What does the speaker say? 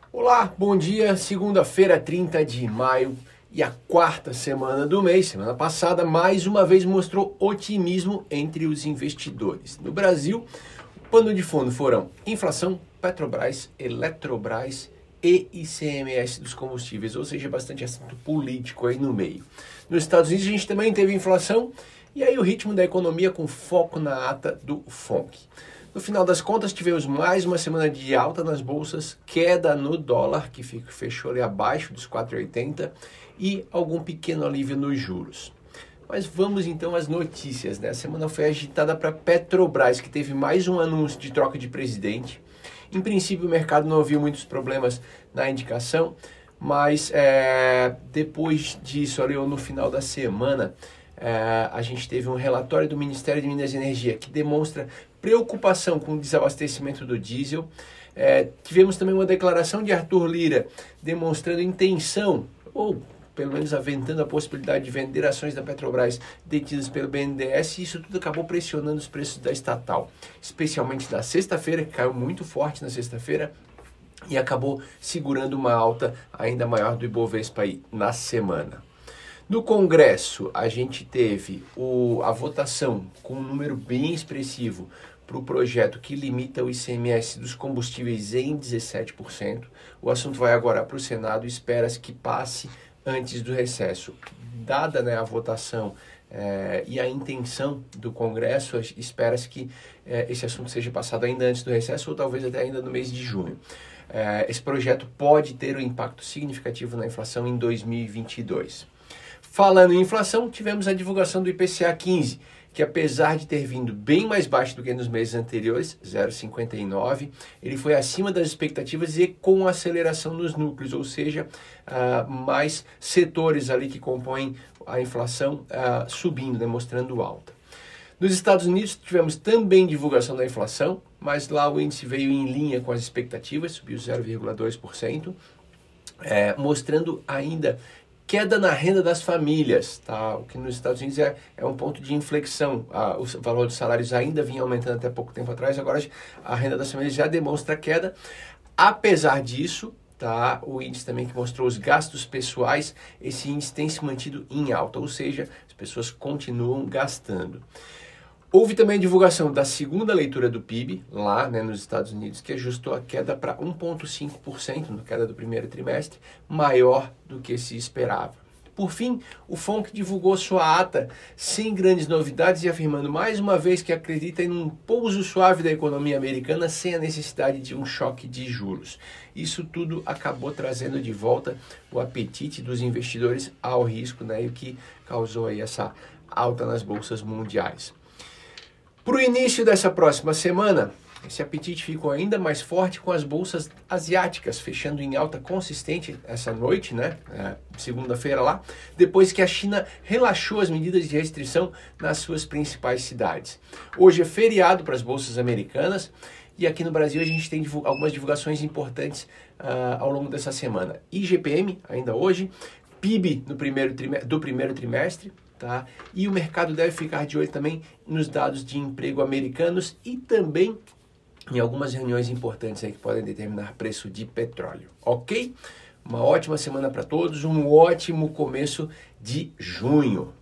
Olá, bom dia. Segunda-feira, 30 de maio e a quarta semana do mês. Semana passada, mais uma vez, mostrou otimismo entre os investidores. No Brasil, o pano de fundo foram inflação, Petrobras, Eletrobras e ICMS dos combustíveis, ou seja, bastante assunto político aí no meio. Nos Estados Unidos, a gente também teve inflação e aí o ritmo da economia com foco na ata do FONC. No final das contas, tivemos mais uma semana de alta nas bolsas, queda no dólar, que fechou ali abaixo dos 4,80, e algum pequeno alívio nos juros. Mas vamos então às notícias, né? A semana foi agitada para Petrobras, que teve mais um anúncio de troca de presidente. Em princípio, o mercado não viu muitos problemas na indicação, mas depois disso, ali no final da semana, a gente teve um relatório do Ministério de Minas e Energia que demonstra preocupação com o desabastecimento do diesel. Tivemos também uma declaração de Arthur Lira demonstrando intenção, ou pelo menos aventando a possibilidade de vender ações da Petrobras detidas pelo BNDES, e isso tudo acabou pressionando os preços da estatal, especialmente na sexta-feira, que caiu muito forte na sexta-feira, e acabou segurando uma alta ainda maior do Ibovespa aí na semana. No Congresso, a gente teve a votação com um número bem expressivo para o projeto que limita o ICMS dos combustíveis em 17%. O assunto vai agora para o Senado e espera-se que passe antes do recesso. Dada, a votação e a intenção do Congresso, espera-se que esse assunto seja passado ainda antes do recesso ou talvez até ainda no mês de junho. Esse projeto pode ter um impacto significativo na inflação em 2022. Falando em inflação, tivemos a divulgação do IPCA 15, que apesar de ter vindo bem mais baixo do que nos meses anteriores, 0,59, ele foi acima das expectativas e com aceleração nos núcleos, ou seja, mais setores ali que compõem a inflação subindo, demonstrando alta. Nos Estados Unidos tivemos também divulgação da inflação, mas lá o índice veio em linha com as expectativas, subiu 0,2%, mostrando ainda queda na renda das famílias, tá? O que nos Estados Unidos é um ponto de inflexão. O valor dos salários ainda vinha aumentando até pouco tempo atrás, agora a renda das famílias já demonstra queda. Apesar disso, tá? O índice também que mostrou os gastos pessoais, esse índice tem se mantido em alta, ou seja, as pessoas continuam gastando. Houve também a divulgação da segunda leitura do PIB, lá nos Estados Unidos, que ajustou a queda para 1,5% na queda do primeiro trimestre, maior do que se esperava. Por fim, o FONC divulgou sua ata sem grandes novidades e afirmando mais uma vez que acredita em um pouso suave da economia americana sem a necessidade de um choque de juros. Isso tudo acabou trazendo de volta o apetite dos investidores ao risco, e o que causou aí essa alta nas bolsas mundiais. Para o início dessa próxima semana, esse apetite ficou ainda mais forte com as bolsas asiáticas fechando em alta consistente essa noite, segunda-feira lá, depois que a China relaxou as medidas de restrição nas suas principais cidades. Hoje é feriado para as bolsas americanas e aqui no Brasil a gente tem algumas divulgações importantes ao longo dessa semana. IGPM, ainda hoje, PIB do primeiro trimestre, tá? E o mercado deve ficar de olho também nos dados de emprego americanos e também em algumas reuniões importantes aí que podem determinar preço de petróleo, ok? Uma ótima semana para todos, um ótimo começo de junho.